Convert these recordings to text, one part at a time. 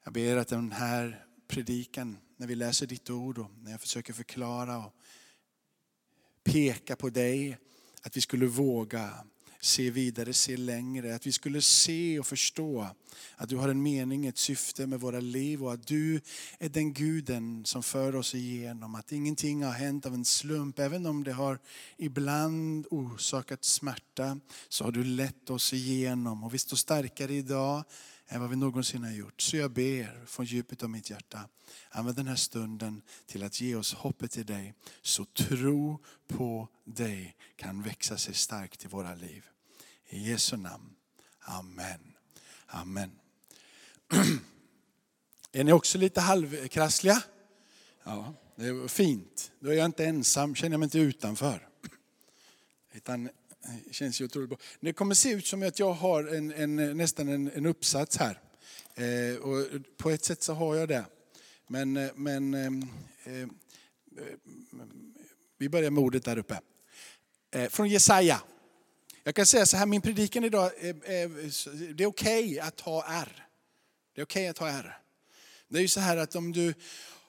Jag ber att den här predikan, när vi läser ditt ord och när jag försöker förklara och peka på dig, att vi skulle våga se vidare, se längre. Att vi skulle se och förstå att du har en mening, ett syfte med våra liv och att du är den Guden som för oss igenom. Att ingenting har hänt av en slump. Även om det har ibland orsakat smärta så har du lett oss igenom. Och vi står starkare idag än vad vi någonsin har gjort. Så jag ber från djupet av mitt hjärta. Använd den här stunden till att ge oss hoppet i dig. Så tro på dig kan växa sig starkt i våra liv. I Jesu namn. Amen. Amen. Är ni också lite halvkrassliga? Ja, det är fint. Då är jag inte ensam, känner jag mig inte utanför. Utan det känns ju otroligt bra. Det kommer se ut som att jag har nästan en uppsats här. Och på ett sätt så har jag det. Men vi börjar med ordet där uppe. Från Jesaja. Jag kan säga så här, min predikan idag, det är okej att ha R. Det är okej att ha R. Det är ju så här att om du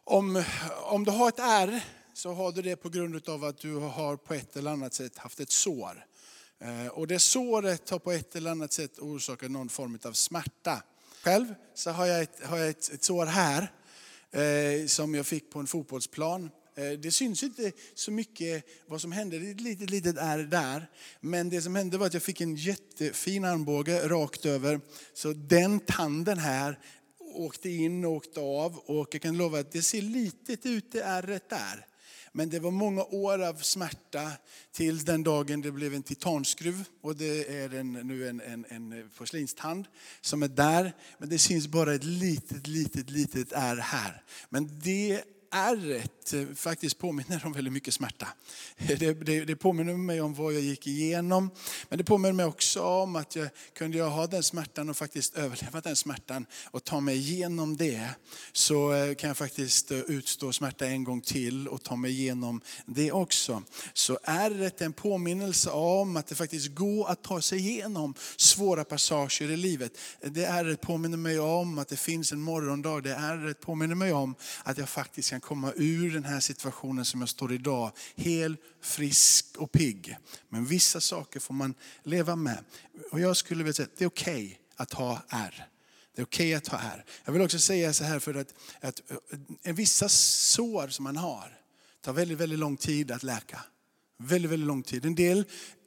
har ett R så har du det på grund av att du har på ett eller annat sätt haft ett sår. Och det såret har på ett eller annat sätt orsakat någon form av smärta. Själv så har jag ett sår här som jag fick på en fotbollsplan. Det syns inte så mycket vad som hände. Det är ett litet är där. Men det som hände var att jag fick en jättefin armbåge rakt över. Så den tanden här åkte in och åkte av. Och jag kan lova att det ser litet ut, det ärret där. Men det var många år av smärta till den dagen det blev en titanskruv. Och det är nu en porslinstand som är där. Men det syns bara ett litet är här. Men det ärret faktiskt påminner om väldigt mycket smärta. Det påminner mig om vad jag gick igenom. Men det påminner mig också om att jag kunde ha den smärtan och faktiskt överleva den smärtan och ta mig igenom det. Så kan jag faktiskt utstå smärta en gång till och ta mig igenom det också. Så ärret är en påminnelse om att det faktiskt går att ta sig igenom svåra passager i livet. Det ärret påminner mig om att det finns en morgondag. Det ärret påminner mig om att jag faktiskt kan komma ur den här situationen som jag står idag. Hel, frisk och pigg. Men vissa saker får man leva med. Och jag skulle vilja säga att det är okej att ha R. Det är okej att ha R. Jag vill också säga så här för att vissa sår som man har tar väldigt, väldigt lång tid att läka. Väldigt, väldigt lång tid. En del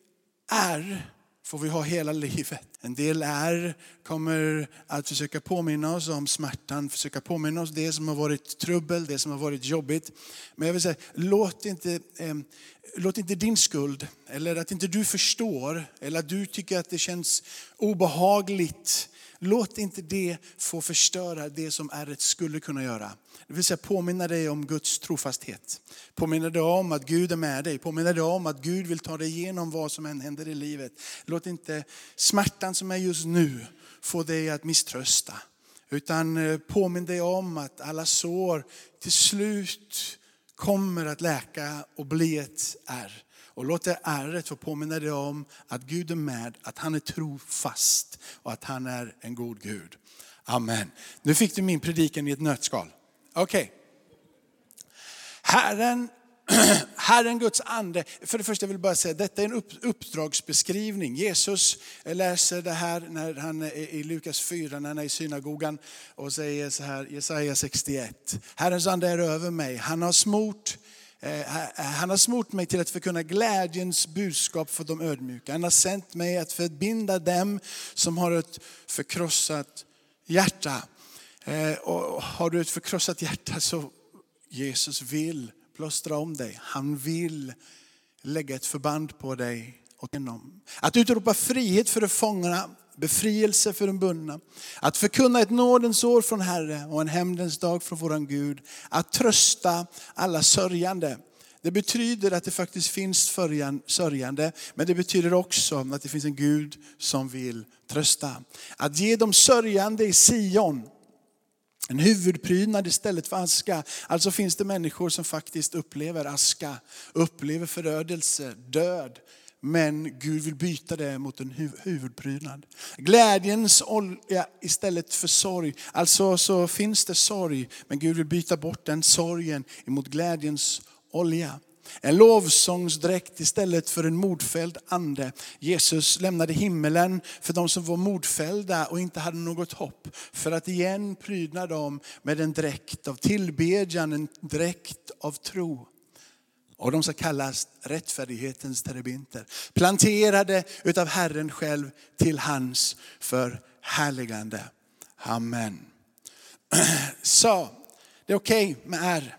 R får vi ha hela livet. En del kommer att försöka påminna oss om smärtan. Försöka påminna oss det som har varit trubbel, det som har varit jobbigt. Men jag vill säga, låt inte din skuld, eller att inte du förstår, eller att du tycker att det känns obehagligt. Låt inte det få förstöra det som ärret skulle kunna göra. Det vill säga påminna dig om Guds trofasthet. Påminna dig om att Gud är med dig. Påminna dig om att Gud vill ta dig igenom vad som än händer i livet. Låt inte smärtan som är just nu få dig att misströsta. Utan påminn dig om att alla sår till slut kommer att läka och bli ett ärr. Och låt det ärret få påminna dig om att Gud är med, att han är trofast och att han är en god Gud. Amen. Nu fick du min predikan i ett nötskal. Okej. Herren Guds ande. För det första vill jag bara säga, detta är en uppdragsbeskrivning. Jesus läser det här när han är i Lukas 4, när han är i synagogan och säger så här, Jesaja 61. Herrens ande är över mig. Han har smort mig till att förkunna glädjens budskap för de ödmjuka. Han har sänt mig att förbinda dem som har ett förkrossat hjärta. Och har du ett förkrossat hjärta så Jesus vill plåstra om dig. Han vill lägga ett förband på dig. Att utropa frihet för de fångna, befrielse för de bundna. Att förkunna ett nådens år från Herre och en hämndens dag från våran Gud. Att trösta alla sörjande. Det betyder att det faktiskt finns sörjande, men det betyder också att det finns en Gud som vill trösta. Att ge de sörjande i Sion en huvudprydnad istället för aska. Alltså finns det människor som faktiskt upplever aska, upplever förödelse, död. Men Gud vill byta det mot en huvudprydnad. Glädjens olja istället för sorg. Alltså så finns det sorg, men Gud vill byta bort den sorgen emot glädjens olja. En lovsångsdräkt istället för en mordfälld ande. Jesus lämnade himmelen för de som var mordfällda och inte hade något hopp. För att igen prydna dem med en dräkt av tillbedjan, en dräkt av tro. Och de ska kallas rättfärdighetens terebinter. Planterade utav Herren själv till hans förhärligande. Amen. Så, det är okej med är.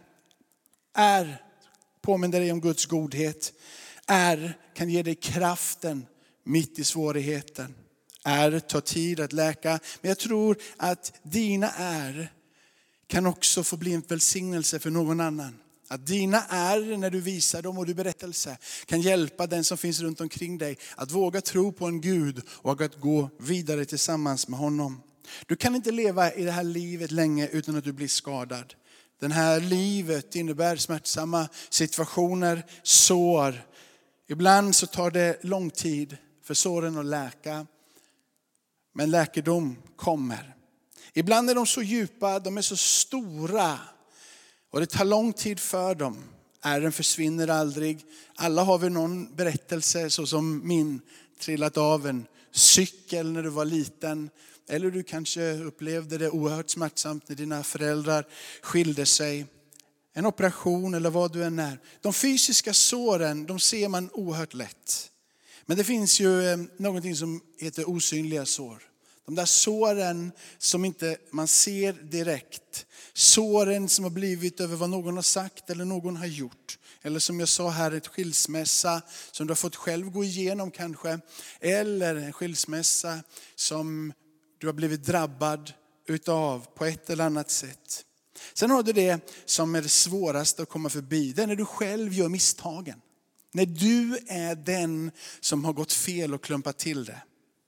Är påminner dig om Guds godhet. Är kan ge dig kraften mitt i svårigheten. Är tar tid att läka. Men jag tror att dina är kan också få bli en välsignelse för någon annan. Att dina är när du visar dem och du berättelse kan hjälpa den som finns runt omkring dig att våga tro på en Gud och att gå vidare tillsammans med honom. Du kan inte leva i det här livet länge utan att du blir skadad. Det här livet innebär smärtsamma situationer, sår. Ibland så tar det lång tid för såren att läka. Men läkedom kommer. Ibland är de så djupa, de är så stora. Och det tar lång tid för dem. Ärren försvinner aldrig. Alla har vi någon berättelse så som min. Trillat av en cykel när du var liten. Eller du kanske upplevde det oerhört smärtsamt när dina föräldrar skilde sig. En operation eller vad du än är. De fysiska såren, de ser man oerhört lätt. Men det finns ju någonting som heter osynliga sår. De där såren som inte man ser direkt. Såren som har blivit över vad någon har sagt eller någon har gjort. Eller som jag sa här, ett skilsmässa som du har fått själv gå igenom kanske. Eller en skilsmässa som du har blivit drabbad utav på ett eller annat sätt. Sen har du det som är det svåraste att komma förbi. Det är när du själv gör misstagen. När du är den som har gått fel och klumpat till det.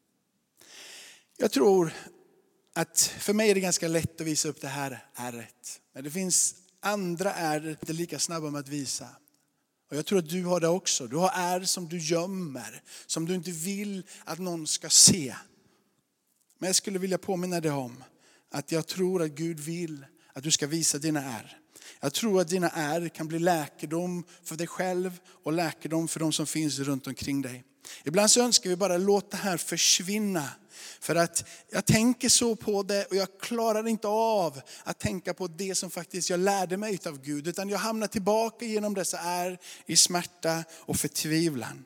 Jag tror att för mig är det ganska lätt att visa upp det här ärret. Men det finns andra ärr inte lika snabba med att visa. Och jag tror att du har det också. Du har ärr som du gömmer. Som du inte vill att någon ska se. Men jag skulle vilja påminna dig om att jag tror att Gud vill att du ska visa dina ärr. Jag tror att dina ärr kan bli läkedom för dig själv och läkedom för de som finns runt omkring dig. Ibland så önskar vi bara låta det här försvinna. För att jag tänker så på det och jag klarar inte av att tänka på det som faktiskt jag lärde mig av Gud. Utan jag hamnar tillbaka genom dessa ärr i smärta och förtvivlan.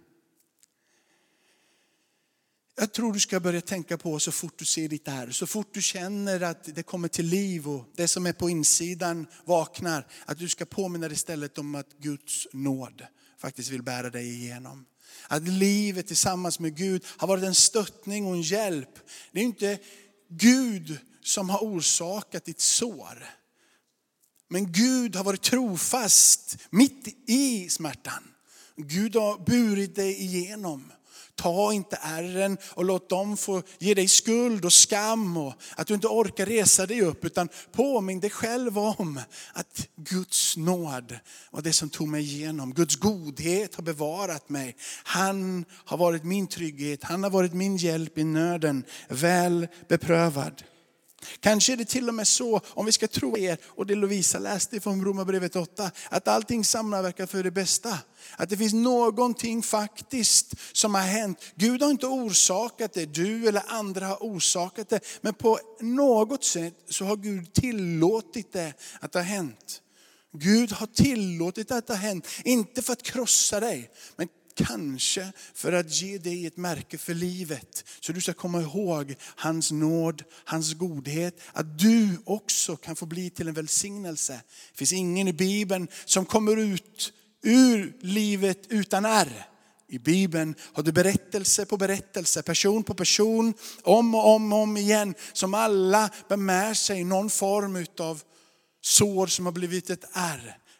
Jag tror du ska börja tänka på så fort du ser ditt ärr. Så fort du känner att det kommer till liv och det som är på insidan vaknar. Att du ska påminna dig istället om att Guds nåd faktiskt vill bära dig igenom. Att livet tillsammans med Gud har varit en stöttning och en hjälp. Det är inte Gud som har orsakat ditt sår. Men Gud har varit trofast mitt i smärtan. Gud har burit dig igenom. Ta inte ärren och låt dem få ge dig skuld och skam och att du inte orkar resa dig upp. Utan påminn dig själv om att Guds nåd var det som tog mig igenom. Guds godhet har bevarat mig. Han har varit min trygghet. Han har varit min hjälp i nöden. Väl beprövad. Kanske är det till och med så, om vi ska tro er, och det Lovisa läste från Romarbrevet 8, att allting samverkar för det bästa. Att det finns någonting faktiskt som har hänt. Gud har inte orsakat det, du eller andra har orsakat det. Men på något sätt så har Gud tillåtit det att ha hänt. Gud har tillåtit att det ha hänt, inte för att krossa dig, men kanske för att ge dig ett märke för livet. Så du ska komma ihåg hans nåd, hans godhet. Att du också kan få bli till en välsignelse. Det finns ingen i Bibeln som kommer ut ur livet utan ärr. I Bibeln har du berättelse på berättelse, person på person, om och om igen. Som alla bär med sig någon form av sår som har blivit ett ärr.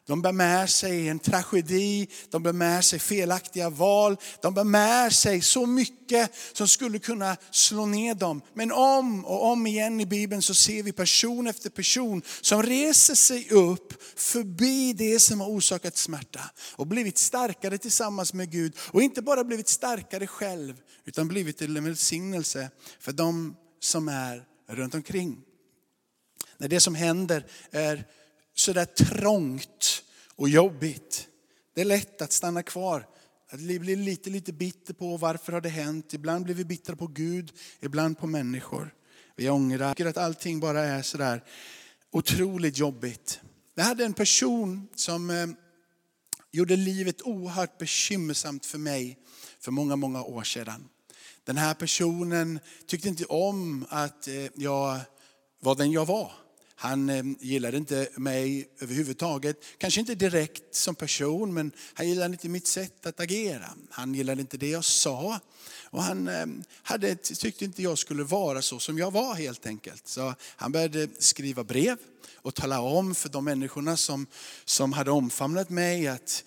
De bär med sig en tragedi, de bär med sig felaktiga val. De bär med sig så mycket som skulle kunna slå ner dem. Men om och om igen i Bibeln så ser vi person efter person som reser sig upp förbi det som har orsakat smärta. Och blivit starkare tillsammans med Gud. Och inte bara blivit starkare själv utan blivit till en välsignelse för de som är runt omkring. När det som händer är sådär trångt och jobbigt. Det är lätt att stanna kvar. Att bli lite bitter på varför har det hänt. Ibland blir vi bittra på Gud, ibland på människor. Vi ångrar. Jag tycker att allting bara är sådär otroligt jobbigt. Jag hade en person som gjorde livet oerhört bekymmersamt för mig för många år sedan. Den här personen tyckte inte om att jag var den jag var. Han gillade inte mig överhuvudtaget. Kanske inte direkt som person, men han gillade inte mitt sätt att agera. Han gillade inte det jag sa. Och han tyckte inte jag skulle vara så som jag var helt enkelt. Så han började skriva brev och tala om för de människorna som hade omfamnat mig att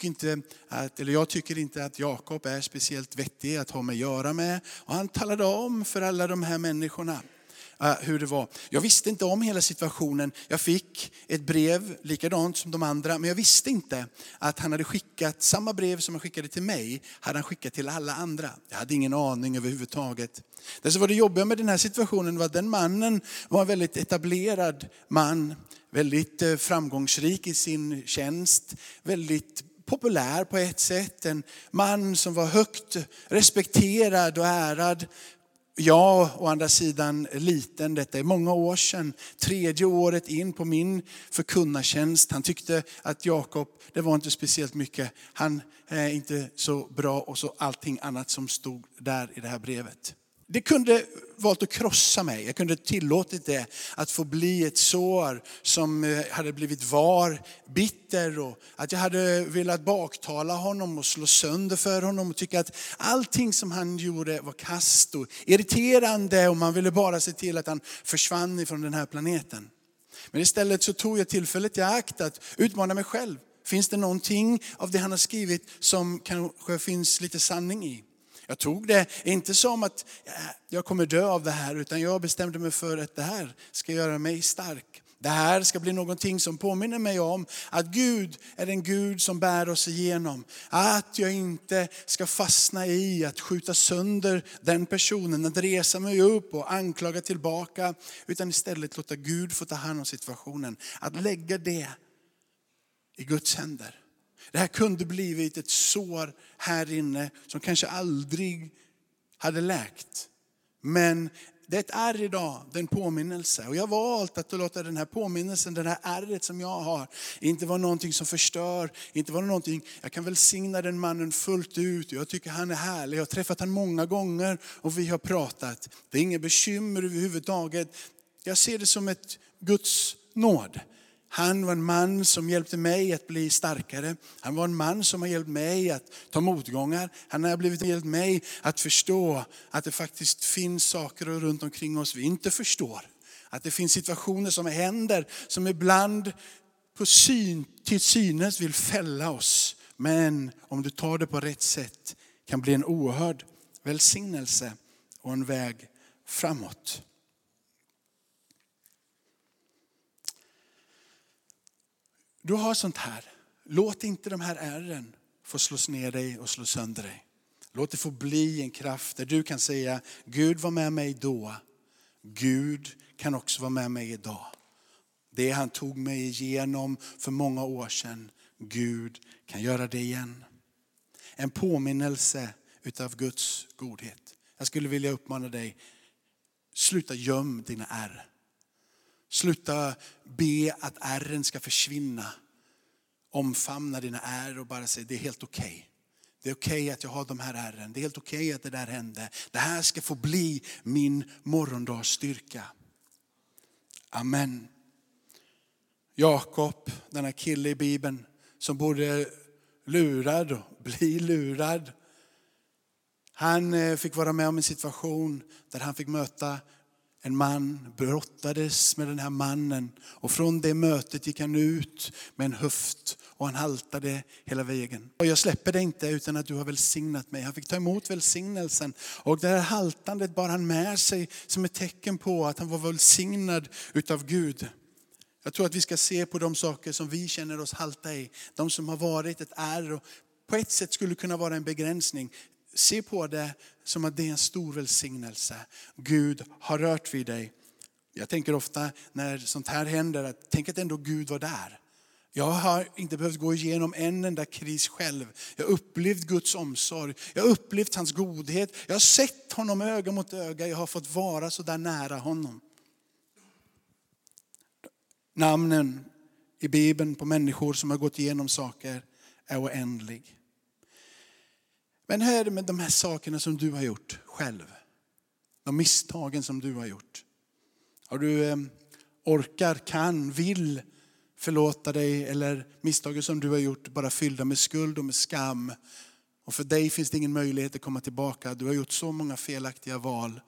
jag tycker inte att Jakob är speciellt vettig att ha med att göra med. Och han talade om för alla de här människorna hur det var. Jag visste inte om hela situationen. Jag fick ett brev likadant som de andra. Men jag visste inte att han hade skickat samma brev som han skickade till mig. Hade han skickat till alla andra. Jag hade ingen aning överhuvudtaget. Det som var det jobbiga med den här situationen var att den mannen var en väldigt etablerad man. Väldigt framgångsrik i sin tjänst. Väldigt populär på ett sätt. En man som var högt respekterad och ärad. Jag å andra sidan liten, detta är många år sedan, 3:e året in på min förkunnartjänst. Han tyckte att Jakob, det var inte speciellt mycket. Han är inte så bra och så allting annat som stod där i det här brevet. Det kunde valt att krossa mig. Jag kunde tillåtit det att få bli ett sår som hade blivit bitter. Och att jag hade velat baktala honom och slå sönder för honom. Och tycka att allting som han gjorde var kast och irriterande. Och man ville bara se till att han försvann ifrån den här planeten. Men istället så tog jag tillfället i akt att utmana mig själv. Finns det någonting av det han har skrivit som kanske finns lite sanning i? Jag tog det inte som att jag kommer dö av det här, utan jag bestämde mig för att det här ska göra mig stark. Det här ska bli någonting som påminner mig om att Gud är en Gud som bär oss igenom. Att jag inte ska fastna i att skjuta sönder den personen, att resa mig upp och anklaga tillbaka, utan istället låta Gud få ta hand om situationen. Att lägga det i Guds händer. Det här kunde blivit ett sår här inne som kanske aldrig hade läkt. Men det är idag den påminnelse. Och jag har valt att låta den här påminnelsen, den här ärret som jag har, inte vara någonting som förstör. Inte vara någonting, jag kan välsigna den mannen fullt ut. Jag tycker han är härlig. Jag har träffat han många gånger och vi har pratat. Det är inga bekymmer överhuvudtaget. Jag ser det som ett Guds nåd. Han var en man som hjälpte mig att bli starkare. Han var en man som har hjälpt mig att ta motgångar. Han har hjälpt mig att förstå att det faktiskt finns saker runt omkring oss vi inte förstår. Att det finns situationer som händer som ibland till synes vill fälla oss. Men om du tar det på rätt sätt kan bli en oerhörd välsignelse och en väg framåt. Du har sånt här. Låt inte de här ärren få slås ner dig och slå sönder dig. Låt det få bli en kraft där du kan säga, Gud var med mig då. Gud kan också vara med mig idag. Det han tog mig igenom för många år sedan. Gud kan göra det igen. En påminnelse utav Guds godhet. Jag skulle vilja uppmana dig, sluta göm dina ärr. Sluta be att ärren ska försvinna. Omfamna dina ärr och bara säga det är helt okej. Det är okej att jag har de här ärren. Det är helt okej att det där hände. Det här ska få bli min morgondagsstyrka. Amen. Jakob, den här killen i Bibeln som både lurad och bli lurad. Han fick vara med om en situation där han fick möta En man brottades med den här mannen. Och från det mötet gick han ut med en höft. Och han haltade hela vägen. Och jag släpper det inte utan att du har välsignat mig. Han fick ta emot välsignelsen. Och det här haltandet bar han med sig som ett tecken på att han var välsignad utav Gud. Jag tror att vi ska se på de saker som vi känner oss halta i. De som har varit ett ärr och på ett sätt skulle kunna vara en begränsning. Se på det som att det är en stor välsignelse. Gud har rört vid dig. Jag tänker ofta när sånt här händer att tänk att ändå Gud var där. Jag har inte behövt gå igenom en enda kris själv. Jag har upplevt Guds omsorg. Jag har upplevt hans godhet. Jag har sett honom öga mot öga. Jag har fått vara så där nära honom. Namnen i Bibeln på människor som har gått igenom saker är oändlig. Men hur är det med de här sakerna som du har gjort själv? De misstagen som du har gjort. Har du orkar, kan, vill förlåta dig eller misstagen som du har gjort bara fyllda med skuld och med skam. Och för dig finns det ingen möjlighet att komma tillbaka. Du har gjort så många felaktiga val.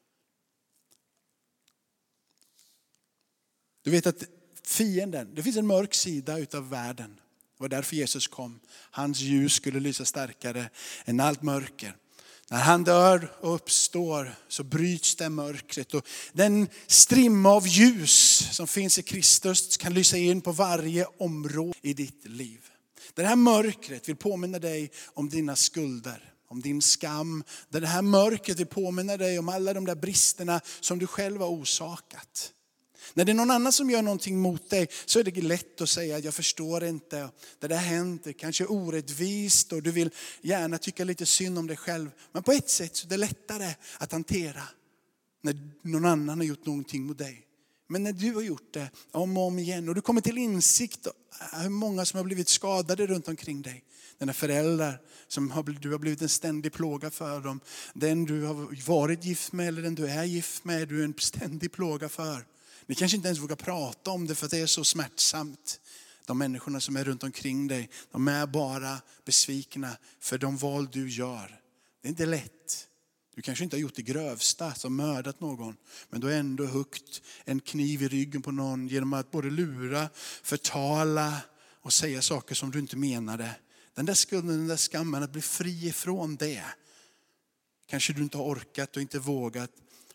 Du vet att fienden, det finns en mörk sida utav världen. Det var därför Jesus kom. Hans ljus skulle lysa starkare än allt mörker. När han dör och uppstår så bryts det mörkret. Och den strimma av ljus som finns i Kristus kan lysa in på varje område i ditt liv. Det här mörkret vill påminna dig om dina skulder. Om din skam. Det här mörkret vill påminna dig om alla de där bristerna som du själv har orsakat. När det är någon annan som gör någonting mot dig så är det lätt att säga att jag förstår inte. Det där händer kanske orättvist och du vill gärna tycka lite synd om dig själv. Men på ett sätt så är det lättare att hantera när någon annan har gjort någonting mot dig. Men när du har gjort det om och om igen och du kommer till insikt hur många som har blivit skadade runt omkring dig. Dina föräldrar som du har blivit en ständig plåga för dem. Den du har varit gift med eller den du är gift med, du är en ständig plåga för. Ni kanske inte ens vågar prata om det för att det är så smärtsamt. De människorna som är runt omkring dig, de är bara besvikna för de val du gör. Det är inte lätt. Du kanske inte har gjort det grövsta som mördat någon. Men du har ändå huggit en kniv i ryggen på någon genom att både lura, förtala och säga saker som du inte menade. Den där skulden, den där skammen, att bli fri ifrån det. Kanske du inte har orkat och inte vågat.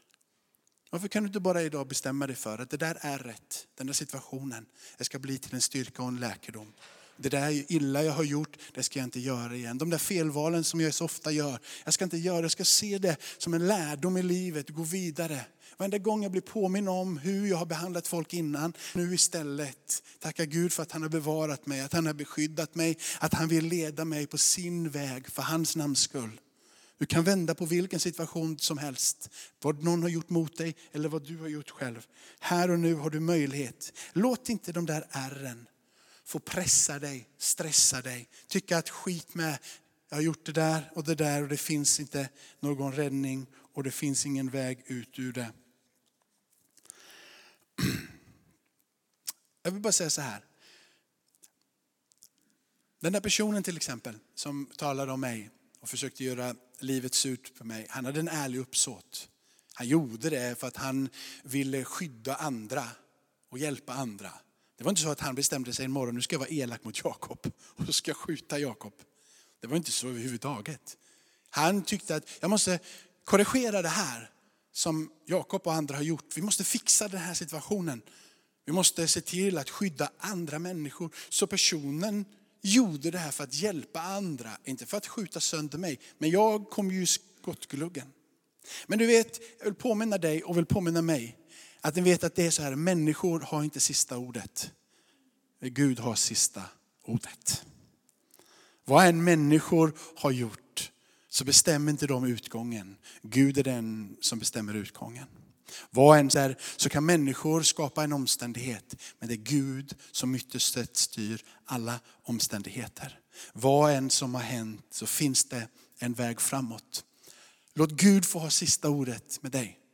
Varför kan du inte bara idag bestämma dig för att det där är rätt, den där situationen, det ska bli till en styrka och en läkedom. Det där illa jag har gjort, det ska jag inte göra igen. De där felvalen som jag så ofta gör, jag ska inte göra, jag ska se det som en lärdom i livet, gå vidare. Varenda gång jag blir påminn om hur jag har behandlat folk innan, nu istället tacka Gud för att han har bevarat mig, att han har beskyddat mig, att han vill leda mig på sin väg för hans namns skull. Du kan vända på vilken situation som helst. Vad någon har gjort mot dig eller vad du har gjort själv. Här och nu har du möjlighet. Låt inte de där ärren få pressa dig, stressa dig. Tycka att skit med, jag har gjort det där och det finns inte någon räddning och det finns ingen väg ut ur det. Jag vill bara säga så här. Den där personen till exempel som talade om mig och försökte göra livet surt för mig. Han hade en ärlig uppsåt. Han gjorde det för att han ville skydda andra och hjälpa andra. Det var inte så att han bestämde sig en morgon, nu ska jag vara elak mot Jakob och så ska jag skjuta Jakob. Det var inte så överhuvudtaget. Han tyckte att jag måste korrigera det här som Jakob och andra har gjort. Vi måste fixa den här situationen. Vi måste se till att skydda andra människor. Så personen gjorde det här för att hjälpa andra, inte för att skjuta sönder mig. Men jag kom ju i skottgluggen. Men du vet, jag vill påminna dig och vill påminna mig att ni vet att det är så här, människor har inte sista ordet. Gud har sista ordet. Vad en människor har gjort så bestämmer inte de utgången. Gud är den som bestämmer utgången. Vad än är så kan människor skapa en omständighet. Men det är Gud som ytterst sett styr alla omständigheter. Vad än som har hänt så finns det en väg framåt. Låt Gud få ha sista ordet med dig.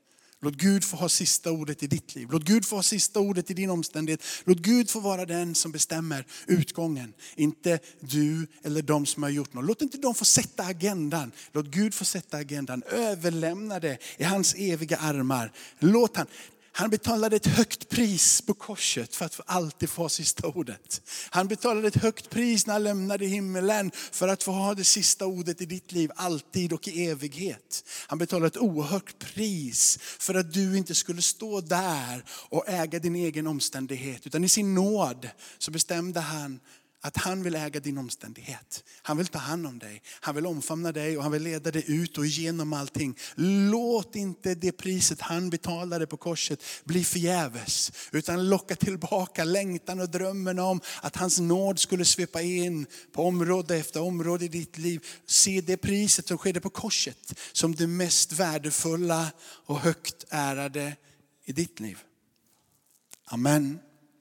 Låt Gud få ha sista ordet i ditt liv. Låt Gud få ha sista ordet i din omständighet. Låt Gud få vara den som bestämmer utgången. Inte du eller de som har gjort något. Låt inte de få sätta agendan. Låt Gud få sätta agendan. Överlämna det i hans eviga armar. Låt han betalade ett högt pris på korset för att alltid få ha sista ordet. Han betalade ett högt pris när han lämnade himmelen för att få ha det sista ordet i ditt liv alltid och i evighet. Han betalade ett oerhört pris för att du inte skulle stå där och äga din egen omständighet. Utan i sin nåd så bestämde han att han vill äga din omständighet. Han vill ta hand om dig. Han vill omfamna dig och han vill leda dig ut och igenom allting. Låt inte det priset han betalade på korset bli förgäves. Utan locka tillbaka längtan och drömmen om att hans nåd skulle svepa in på område efter område i ditt liv. Se det priset som skedde på korset som det mest värdefulla och högt ärade i ditt liv. Amen.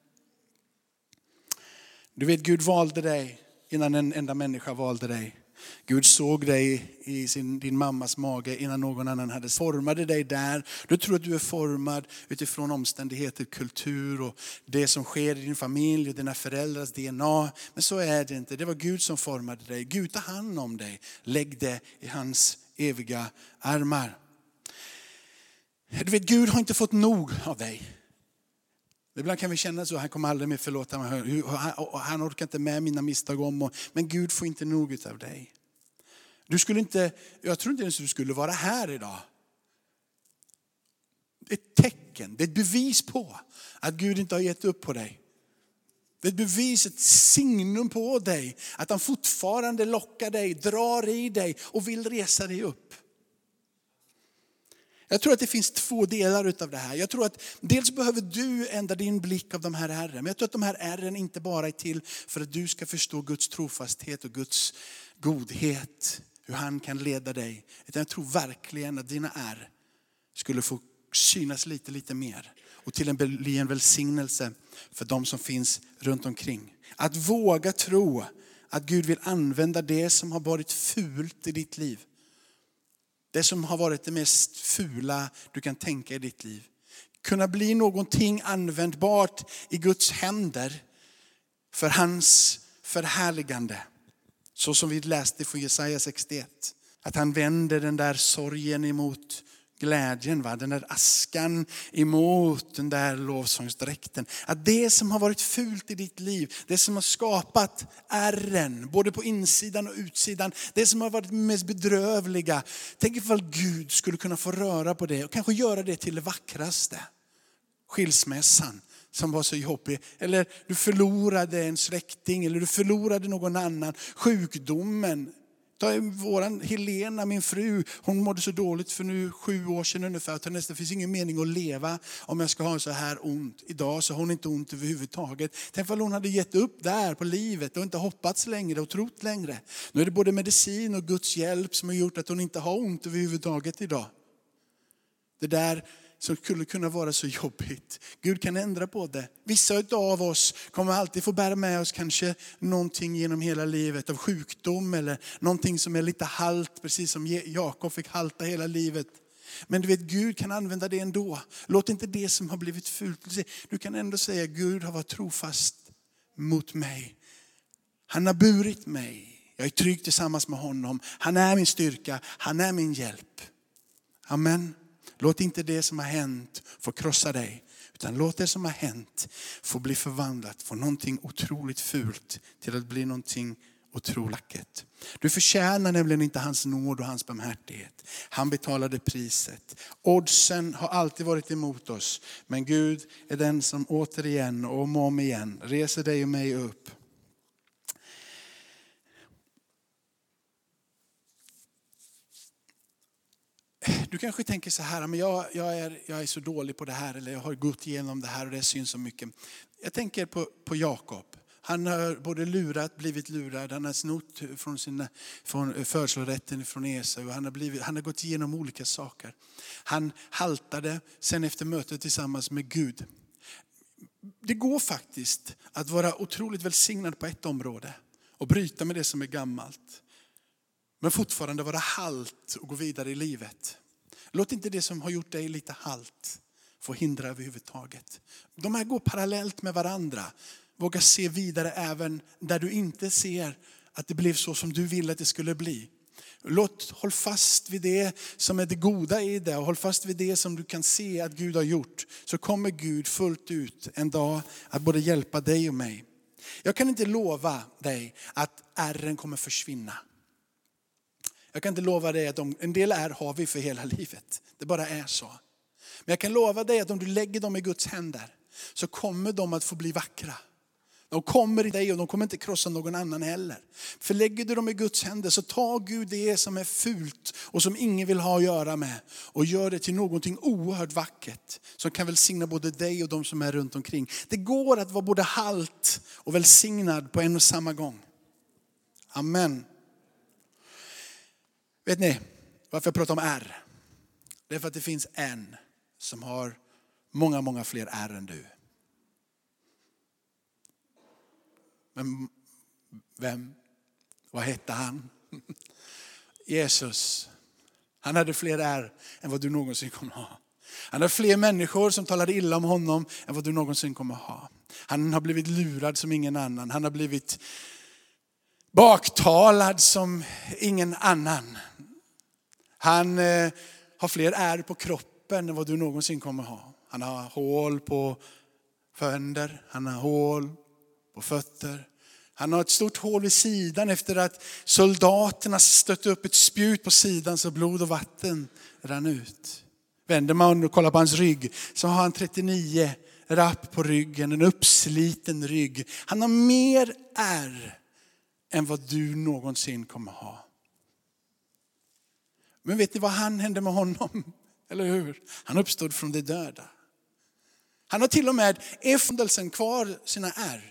Du vet, Gud valde dig innan en enda människa valde dig. Gud såg dig i din mammas mage innan någon annan hade formade dig där. Du tror att du är formad utifrån omständigheter, kultur och det som sker i din familj och dina föräldrars DNA. Men så är det inte. Det var Gud som formade dig. Gud tar hand om dig. Lägg det i hans eviga armar. Du vet, Gud har inte fått nog av dig. Ibland kan vi känna så, han kommer aldrig mer förlåta mig. Han orkar inte med mina misstag om. Men Gud får inte nog av dig. Jag tror inte ens du skulle vara här idag. Det är ett tecken, det är ett bevis på att Gud inte har gett upp på dig. Det är ett bevis, ett signum på dig. Att han fortfarande lockar dig, drar i dig och vill resa dig upp. Jag tror att det finns två delar utav det här. Jag tror att dels behöver du ändra din blick av de här ärren. Men jag tror att de här ärren inte bara är till för att du ska förstå Guds trofasthet och Guds godhet. Hur han kan leda dig. Utan jag tror verkligen att dina ärr skulle få synas lite mer. Och till bli en välsignelse för de som finns runt omkring. Att våga tro att Gud vill använda det som har varit fult i ditt liv. Det som har varit det mest fula du kan tänka i ditt liv. Kunna bli någonting användbart i Guds händer för hans förhärligande. Så som vi läste från Jesaja 61. Att han vänder den där sorgen emot glädjen. Den där askan emot den där lovsångsdräkten. Att det som har varit fult i ditt liv. Det som har skapat ärren. Både på insidan och utsidan. Det som har varit mest bedrövliga. Tänk ifall Gud skulle kunna få röra på det. Och kanske göra det till det vackraste. Skilsmässan. Som var så jobbig. Eller du förlorade en släkting. Eller du förlorade någon annan. Sjukdomen. Ta våran Helena, min fru. Hon mådde så dåligt för nu 7 år sedan ungefär. Det finns ingen mening att leva om jag ska ha så här ont. Idag så har hon inte ont överhuvudtaget. Tänk om hon hade gett upp där på livet och inte hoppats längre och trott längre. Nu är det både medicin och Guds hjälp som har gjort att hon inte har ont överhuvudtaget idag. Det där som skulle kunna vara så jobbigt. Gud kan ändra på det. Vissa av oss kommer alltid få bära med oss kanske någonting genom hela livet av sjukdom eller någonting som är lite halt, precis som Jakob fick halta hela livet. Men du vet, Gud kan använda det ändå. Låt inte det som har blivit fult. Du kan ändå säga, Gud har varit trofast mot mig. Han har burit mig. Jag är trygg tillsammans med honom. Han är min styrka. Han är min hjälp. Amen. Låt inte det som har hänt få krossa dig. Utan låt det som har hänt få bli förvandlat från någonting otroligt fult till att bli någonting otroligt vackert. Du förtjänar nämligen inte hans nåd och hans barmhärtighet. Han betalade priset. Oddsen har alltid varit emot oss. Men Gud är den som återigen och om igen reser dig och mig upp. Du kanske tänker så här, men jag är så dålig på det här. Eller jag har gått igenom det här och det syns så mycket. Jag tänker på Jakob. Han har både blivit lurad. Han har snott från födslorätten från Esau. Han har gått igenom olika saker. Han haltade sen efter mötet tillsammans med Gud. Det går faktiskt att vara otroligt välsignad på ett område. Och bryta med det som är gammalt. Men fortfarande vara halt och gå vidare i livet. Låt inte det som har gjort dig lite halt få hindra överhuvudtaget. De här går parallellt med varandra. Våga se vidare även där du inte ser att det blev så som du ville att det skulle bli. Håll fast vid det som är det goda i det och håll fast vid det som du kan se att Gud har gjort. Så kommer Gud fullt ut en dag att både hjälpa dig och mig. Jag kan inte lova dig att ärren kommer försvinna. Jag kan inte lova dig att en del ärr har vi för hela livet. Det bara är så. Men jag kan lova dig att om du lägger dem i Guds händer så kommer de att få bli vackra. De kommer i dig och de kommer inte krossa någon annan heller. För lägger du dem i Guds händer så tar Gud det som är fult och som ingen vill ha att göra med. Och gör det till någonting oerhört vackert. Som kan välsigna både dig och de som är runt omkring. Det går att vara både halt och välsignad på en och samma gång. Amen. Vet ni varför jag pratar om ärr? Det är för att det finns en som har många fler ärr än du. Men vem? Vad hette han? Jesus. Han hade fler ärr än vad du någonsin kommer ha. Han har fler människor som talade illa om honom än vad du någonsin kommer ha. Han har blivit lurad som ingen annan. Han har blivit baktalad som ingen annan. Han har fler ärr på kroppen än vad du någonsin kommer ha. Han har hål på fötter, han har hål på fötter. Han har ett stort hål vid sidan efter att soldaterna stötte upp ett spjut på sidan så blod och vatten rann ut. Vänder man och kollar på hans rygg så har han 39 rapp på ryggen, en uppsliten rygg. Han har mer ärr än vad du någonsin kommer ha. Men vet ni vad han hände med honom? Eller hur? Han uppstod från de döda. Han har till och med efterföljelsen kvar sina ärr.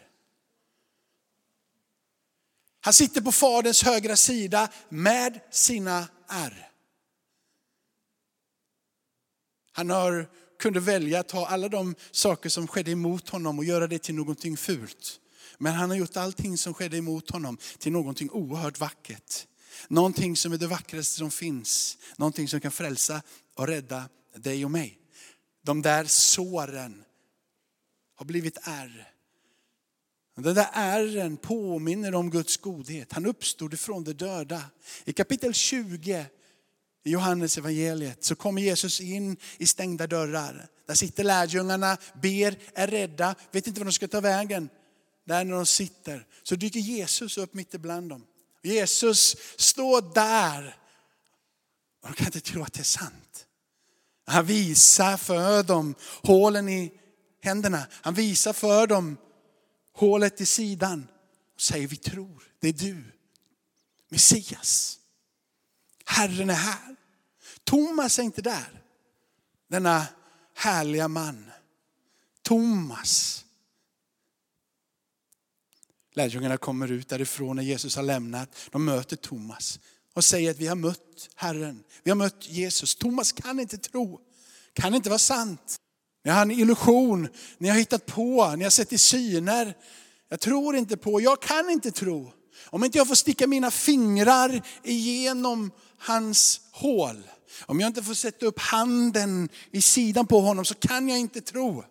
Han sitter på faderns högra sida med sina ärr. Han kunde välja att ta alla de saker som skedde emot honom och göra det till någonting fult. Men han har gjort allting som skedde emot honom till någonting oerhört vackert. Någonting som är det vackraste som finns. Någonting som kan frälsa och rädda dig och mig. De där såren har blivit ärr. Den där ärren påminner om Guds godhet. Han uppstod ifrån de döda. I kapitel 20 i Johannes evangeliet så kommer Jesus in i stängda dörrar. Där sitter lärjungarna, ber, är rädda, vet inte vad de ska ta vägen. Där när de sitter så dyker Jesus upp mitt ibland dem. Jesus står där och de kan inte tro att det är sant. Han visar för dem hålen i händerna. Han visar för dem hålet i sidan. Och säger vi tror, det är du. Messias. Herren är här. Thomas är inte där. Denna härliga man. Thomas. Lärjungarna kommer ut därifrån när Jesus har lämnat. De möter Thomas och säger att vi har mött Herren. Vi har mött Jesus. Thomas kan inte tro. Kan inte vara sant. Ni har en illusion. Ni har hittat på. Ni har sett i syner. Jag tror inte på. Jag kan inte tro. Om inte jag får sticka mina fingrar igenom hans hål. Om jag inte får sätta upp handen i sidan på honom så kan jag inte tro.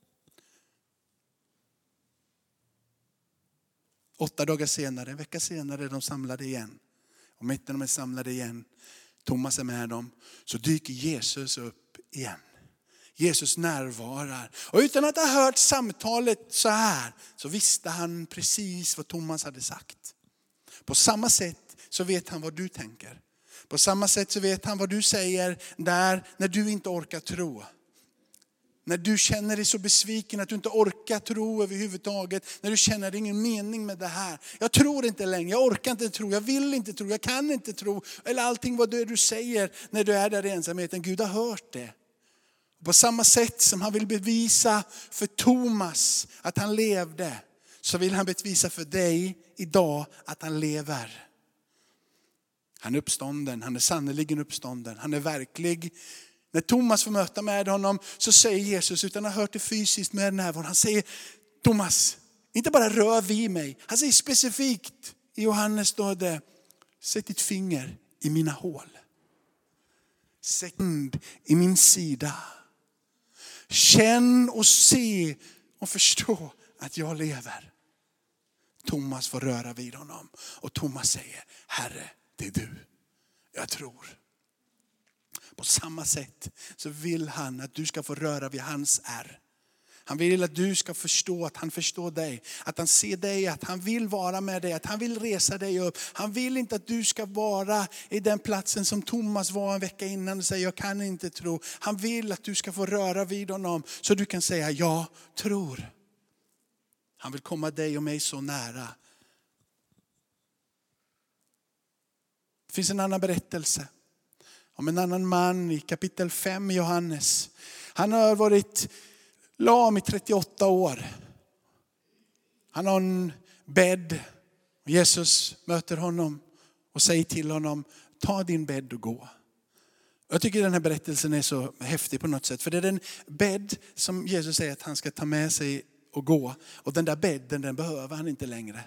8 dagar senare, en vecka senare är de samlade igen. Och mitt när de är samlade igen, Thomas är med dem, så dyker Jesus upp igen. Jesus närvarar. Och utan att ha hört samtalet så här så visste han precis vad Thomas hade sagt. På samma sätt så vet han vad du tänker. På samma sätt så vet han vad du säger där när du inte orkar tro. När du känner dig så besviken att du inte orkar tro överhuvudtaget. När du känner att det är ingen mening med det här. Jag tror inte längre, jag orkar inte tro, jag vill inte tro, jag kan inte tro. Eller allting vad det är du säger när du är där i ensamheten. Gud har hört det. På samma sätt som han vill bevisa för Thomas att han levde. Så vill han bevisa för dig idag att han lever. Han är uppstånden, han är sannoliken uppstånden. Han är verklig. När Thomas får möta med honom så säger Jesus, utan att ha hört det fysiskt med närvaron. Han säger, Thomas, inte bara rör vid mig. Han säger specifikt, i Johannes står det, sätt ditt finger i mina hål. sekund i min sida. Känn och se och förstå att jag lever. Thomas får röra vid honom. Och Thomas säger, Herre, det är du. Jag tror. På samma sätt så vill han att du ska få röra vid hans ärr. Han vill att du ska förstå att han förstår dig. Att han ser dig, att han vill vara med dig. Att han vill resa dig upp. Han vill inte att du ska vara i den platsen som Thomas var en vecka innan och säger, jag kan inte tro. Han vill att du ska få röra vid honom så du kan säga, jag tror. Han vill komma dig och mig så nära. Det finns en annan berättelse om en annan man i kapitel 5 i Johannes. Han har varit lam i 38 år. Han har en bädd. Jesus möter honom och säger till honom, ta din bädd och gå. Jag tycker den här berättelsen är så häftig på något sätt. För det är den bädd som Jesus säger att han ska ta med sig och gå. Och den där bädden, den behöver han inte längre.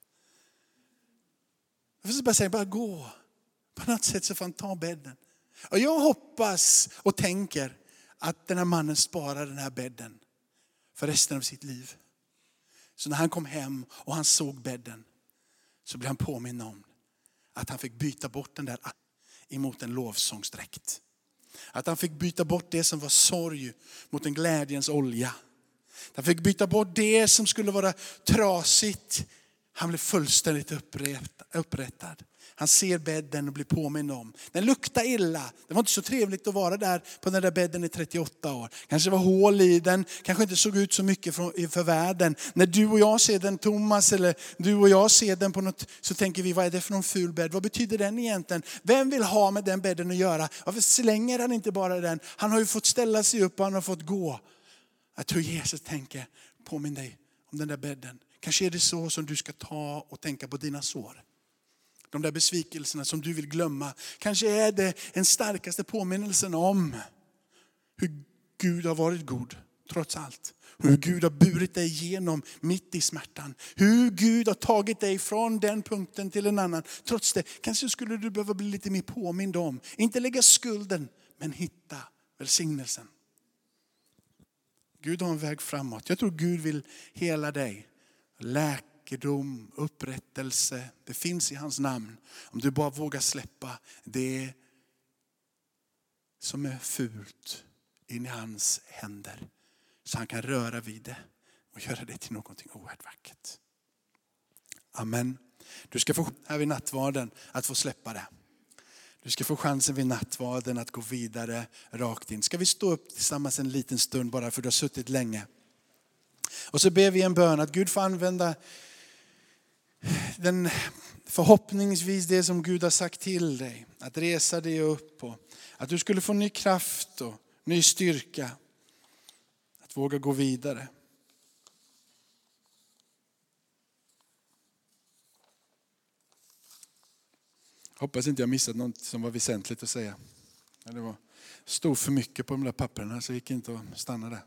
Jag vill bara säga, bara gå. På något sätt så får han ta bädden. Och jag hoppas och tänker att den här mannen sparar den här bädden för resten av sitt liv. Så när han kom hem och han såg bädden så blev han påminn om att han fick byta bort den där emot en lovsångsdräkt. Att han fick byta bort det som var sorg mot en glädjens olja. Han fick byta bort det som skulle vara trasigt. Han blev fullständigt upprättad. Han ser bädden och blir påminn om. Den luktar illa. Det var inte så trevligt att vara där på den där bädden i 38 år. Kanske var hål i den. Kanske inte såg ut så mycket för världen. När du och jag ser den, Thomas, eller du och jag ser den på något, så tänker vi, vad är det för någon ful bädd? Vad betyder den egentligen? Vem vill ha med den bädden att göra? Varför slänger han inte bara den? Han har ju fått ställa sig upp och han har fått gå. Jag tror Jesus tänker, påminn dig om den där bädden. Kanske är det så som du ska ta och tänka på dina sår. De där besvikelserna som du vill glömma. Kanske är det en starkaste påminnelsen om hur Gud har varit god trots allt. Hur Gud har burit dig igenom mitt i smärtan. Hur Gud har tagit dig från den punkten till en annan. Trots det kanske skulle du behöva bli lite mer påmind om. Inte lägga skulden, men hitta välsignelsen. Gud har en väg framåt. Jag tror Gud vill hela dig. Läkedom, upprättelse. Det finns i hans namn. Om du bara vågar släppa det som är fult in i hans händer. Så han kan röra vid det och göra det till någonting oerhört vackert. Amen. Du ska få här vid nattvarden att få släppa det. Du ska få chansen vid nattvarden att gå vidare rakt in. Ska vi stå upp tillsammans en liten stund bara för du har suttit länge. Och så ber vi en bön att Gud får använda den förhoppningsvis det som Gud har sagt till dig. Att resa dig upp och att du skulle få ny kraft och ny styrka. Att våga gå vidare. Hoppas inte jag missat något som var väsentligt att säga. Det stod för mycket på de där papperna så det gick inte att stanna där.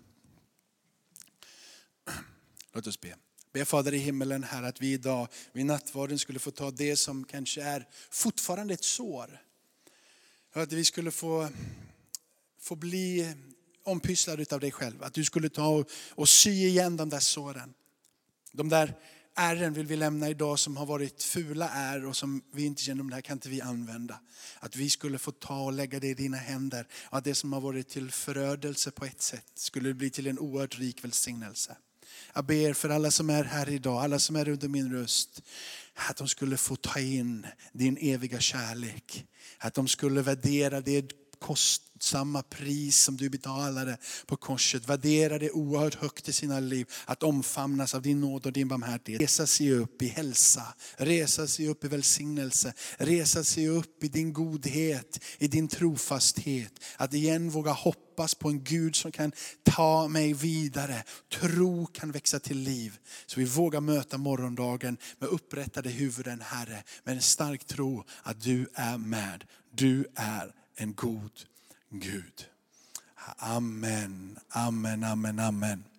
Låt oss be. Be Fader i himmelen här att vi idag vid nattvarden skulle få ta det som kanske är fortfarande ett sår. Att vi skulle få bli ompysslade av dig själv. Att du skulle ta och sy igen de där såren. De där ärren vill vi lämna idag som har varit fula ärr och som vi inte känner om det här kan inte vi använda. Att vi skulle få ta och lägga det i dina händer. Och att det som har varit till förödelse på ett sätt skulle bli till en oerhört rik välsignelse. Jag ber för alla som är här idag, alla som är under min röst, att de skulle få ta in din eviga kärlek. Att de skulle värdera det kostsamma pris som du betalade på korset. Värdera det oerhört högt i sina liv. Att omfamnas av din nåd och din barmhärtighet. Resa sig upp i hälsa. Resa sig upp i välsignelse. Resa sig upp i din godhet. I din trofasthet. Att igen våga hoppas på en Gud som kan ta mig vidare. Tro kan växa till liv. Så vi vågar möta morgondagen med upprättade huvuden, Herre. Med en stark tro att du är med. Du är en god Gud. Amen, amen, amen, amen.